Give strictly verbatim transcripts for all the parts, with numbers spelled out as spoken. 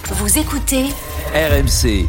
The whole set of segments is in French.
Vous écoutez R M C.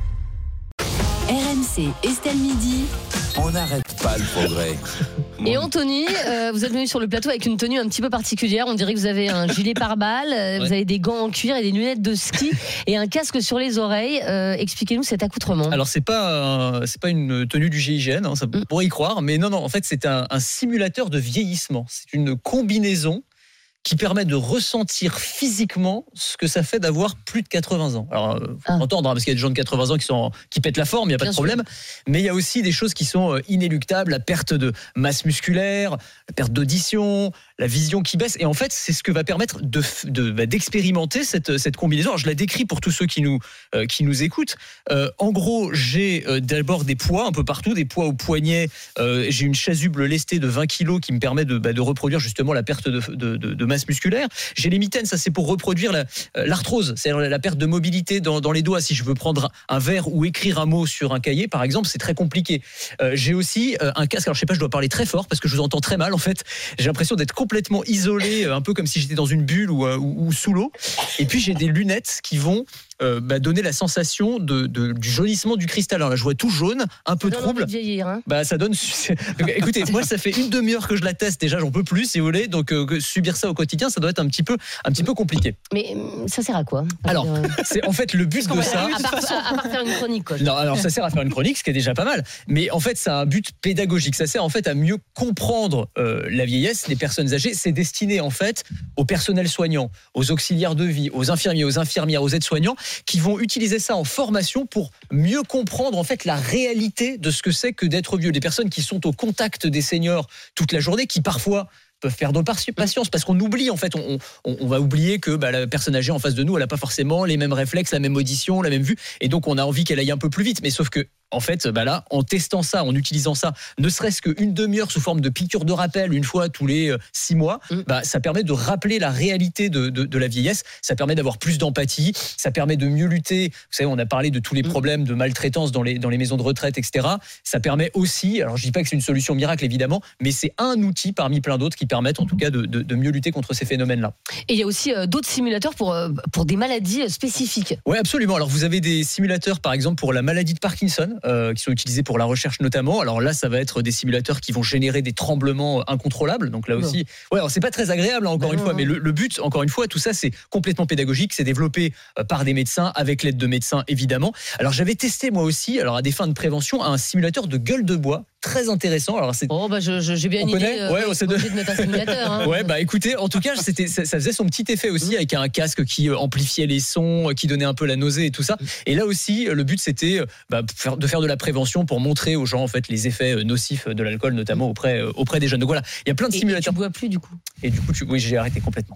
R M C, Estelle Midi. On n'arrête pas le progrès. Et Anthony, euh, vous êtes venu sur le plateau avec une tenue un petit peu particulière. On dirait que vous avez un gilet pare-balles, euh, ouais. Vous avez des gants en cuir et des lunettes de ski et un casque sur les oreilles. Euh, expliquez-nous cet accoutrement. Alors c'est pas un, c'est pas une tenue du G I G N, hein, ça mm. pourrait y croire, mais non non, en fait c'est un, un simulateur de vieillissement. C'est une combinaison qui permet de ressentir physiquement ce que ça fait d'avoir plus de quatre-vingts ans. Alors, faut ah. entendre, hein, parce qu'il y a des gens de quatre-vingts ans qui, sont, qui pètent la forme, il n'y a pas Bien de problème. Sûr. Mais il y a aussi des choses qui sont inéluctables, la perte de masse musculaire, la perte d'audition, la vision qui baisse. Et en fait, c'est ce que va permettre de, de, bah, d'expérimenter cette, cette combinaison. Alors, je la décris pour tous ceux qui nous, euh, qui nous écoutent. Euh, en gros, j'ai euh, d'abord des poids un peu partout, des poids au poignet. Euh, j'ai une chasuble lestée de vingt kilos qui me permet de, bah, de reproduire justement la perte de, de, de, de masse musculaire. J'ai les mitaines, ça c'est pour reproduire la, euh, l'arthrose, c'est-à-dire la perte de mobilité dans, dans les doigts. Si je veux prendre un verre ou écrire un mot sur un cahier, par exemple, c'est très compliqué. Euh, j'ai aussi euh, un casque, alors je sais pas, je dois parler très fort parce que je vous entends très mal en fait. J'ai l'impression d'être complètement isolé, euh, un peu comme si j'étais dans une bulle ou, euh, ou, ou sous l'eau. Et puis j'ai des lunettes qui vont Euh, bah, donner la sensation de, de, du jaunissement du cristal. Alors là, je vois tout jaune, un peu ça trouble. Donne envie de vieillir, hein. Bah, ça donne. Écoutez, moi, ça fait une demi-heure que je la teste. Déjà, j'en peux plus, si vous voulez. Donc, euh, subir ça au quotidien, ça doit être un petit peu, un petit peu compliqué. Mais ça sert à quoi? Alors, c'est en fait le but de ça. À part, à part faire une chronique, quoi. Non, alors ça sert à faire une chronique, ce qui est déjà pas mal. Mais en fait, ça a un but pédagogique. Ça sert en fait à mieux comprendre euh, la vieillesse, les personnes âgées. C'est destiné en fait au personnel soignant, aux auxiliaires de vie, aux infirmiers, aux infirmières, aux aides-soignants, qui vont utiliser ça en formation pour mieux comprendre en fait la réalité de ce que c'est que d'être vieux. Des personnes qui sont au contact des seniors toute la journée, qui parfois peuvent perdre patience parce qu'on oublie en fait, on, on, on va oublier que bah, la personne âgée en face de nous, elle n'a pas forcément les mêmes réflexes, la même audition, la même vue, et donc on a envie qu'elle aille un peu plus vite. Mais sauf que en fait, bah là, en testant ça, en utilisant ça, ne serait-ce qu'une demi-heure sous forme de piqûre de rappel, une fois tous les six mois, mmh. bah, ça permet de rappeler la réalité de, de, de la vieillesse. Ça permet d'avoir plus d'empathie. Ça permet de mieux lutter. Vous savez, on a parlé de tous les problèmes de maltraitance dans les, dans les maisons de retraite, et cetera. Ça permet aussi, alors je dis pas que c'est une solution miracle, évidemment, mais c'est un outil parmi plein d'autres qui permettent, en tout cas, de, de, de mieux lutter contre ces phénomènes-là. Et il y a aussi euh, d'autres simulateurs pour, euh, pour des maladies spécifiques. Oui, absolument. Alors, vous avez des simulateurs, par exemple, pour la maladie de Parkinson, euh, qui sont utilisés pour la recherche notamment. Alors là, ça va être des simulateurs qui vont générer des tremblements incontrôlables. Donc là aussi, ouais, alors c'est pas très agréable, hein, encore non, une fois, non. mais le, le but, encore une fois, tout ça, c'est complètement pédagogique. C'est développé euh, par des médecins, avec l'aide de médecins, évidemment. Alors j'avais testé moi aussi, alors à des fins de prévention, un simulateur de gueule de bois. Très intéressant. Alors c'est. Oh bah je, je, j'ai bien on une connaît idée. Euh, ouais, c'est de... de mettre un simulateur. Hein. Ouais, bah écoutez, en tout cas, c'était, ça, ça faisait son petit effet aussi avec un casque qui euh, amplifiait les sons, euh, qui donnait un peu la nausée et tout ça. Et là aussi, le but c'était bah, de faire de la prévention pour montrer aux gens en fait les effets nocifs de l'alcool, notamment auprès euh, auprès des jeunes. Donc voilà, il y a plein de et, simulateurs. Et tu bois plus du coup. Et du coup, tu... oui, j'ai arrêté complètement.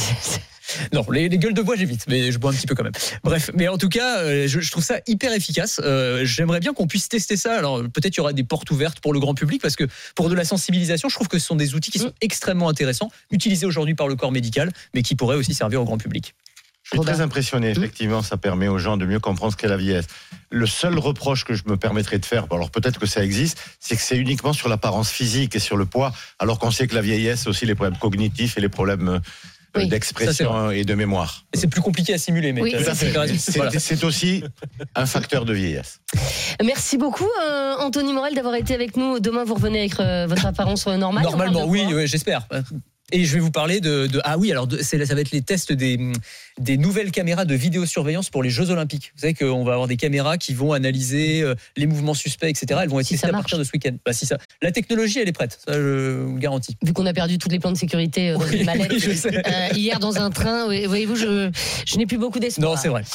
Non, les, les gueules de bois j'évite, mais je bois un petit peu quand même. Bref, mais en tout cas, euh, je, je trouve ça hyper efficace. Euh, j'aimerais bien qu'on puisse tester ça. Alors peut-être il y aura des portes ouvertes pour le grand public, parce que pour de la sensibilisation, je trouve que ce sont des outils qui sont mmh. extrêmement intéressants, utilisés aujourd'hui par le corps médical, mais qui pourraient aussi servir au grand public. Je suis très impressionné, effectivement, ça permet aux gens de mieux comprendre ce qu'est la vieillesse. Le seul reproche que je me permettrais de faire, alors peut-être que ça existe, c'est que c'est uniquement sur l'apparence physique et sur le poids, alors qu'on sait que la vieillesse, c'est aussi les problèmes cognitifs et les problèmes oui. d'expression et de mémoire. Et c'est plus compliqué à simuler, mais oui, c'est, c'est, c'est, voilà. c'est aussi un facteur de vieillesse. Merci beaucoup, euh, Anthony Morel, d'avoir été avec nous. Demain, vous revenez avec euh, votre apparence normale. Normalement, oui, oui, j'espère. Et je vais vous parler de, de ah oui alors de, c'est, ça va être les tests des des nouvelles caméras de vidéosurveillance pour les Jeux Olympiques. Vous savez qu'on va avoir des caméras qui vont analyser euh, les mouvements suspects, et cetera. Elles vont être si testées à partir de ce week-end. Bah, si ça, la technologie elle est prête, ça je vous le garantis. Vu qu'on a perdu tous les plans de sécurité euh, dans oui, les mallettes oui, je sais. Euh, hier dans un train, voyez-vous, je je n'ai plus beaucoup d'espoir. Non, c'est vrai.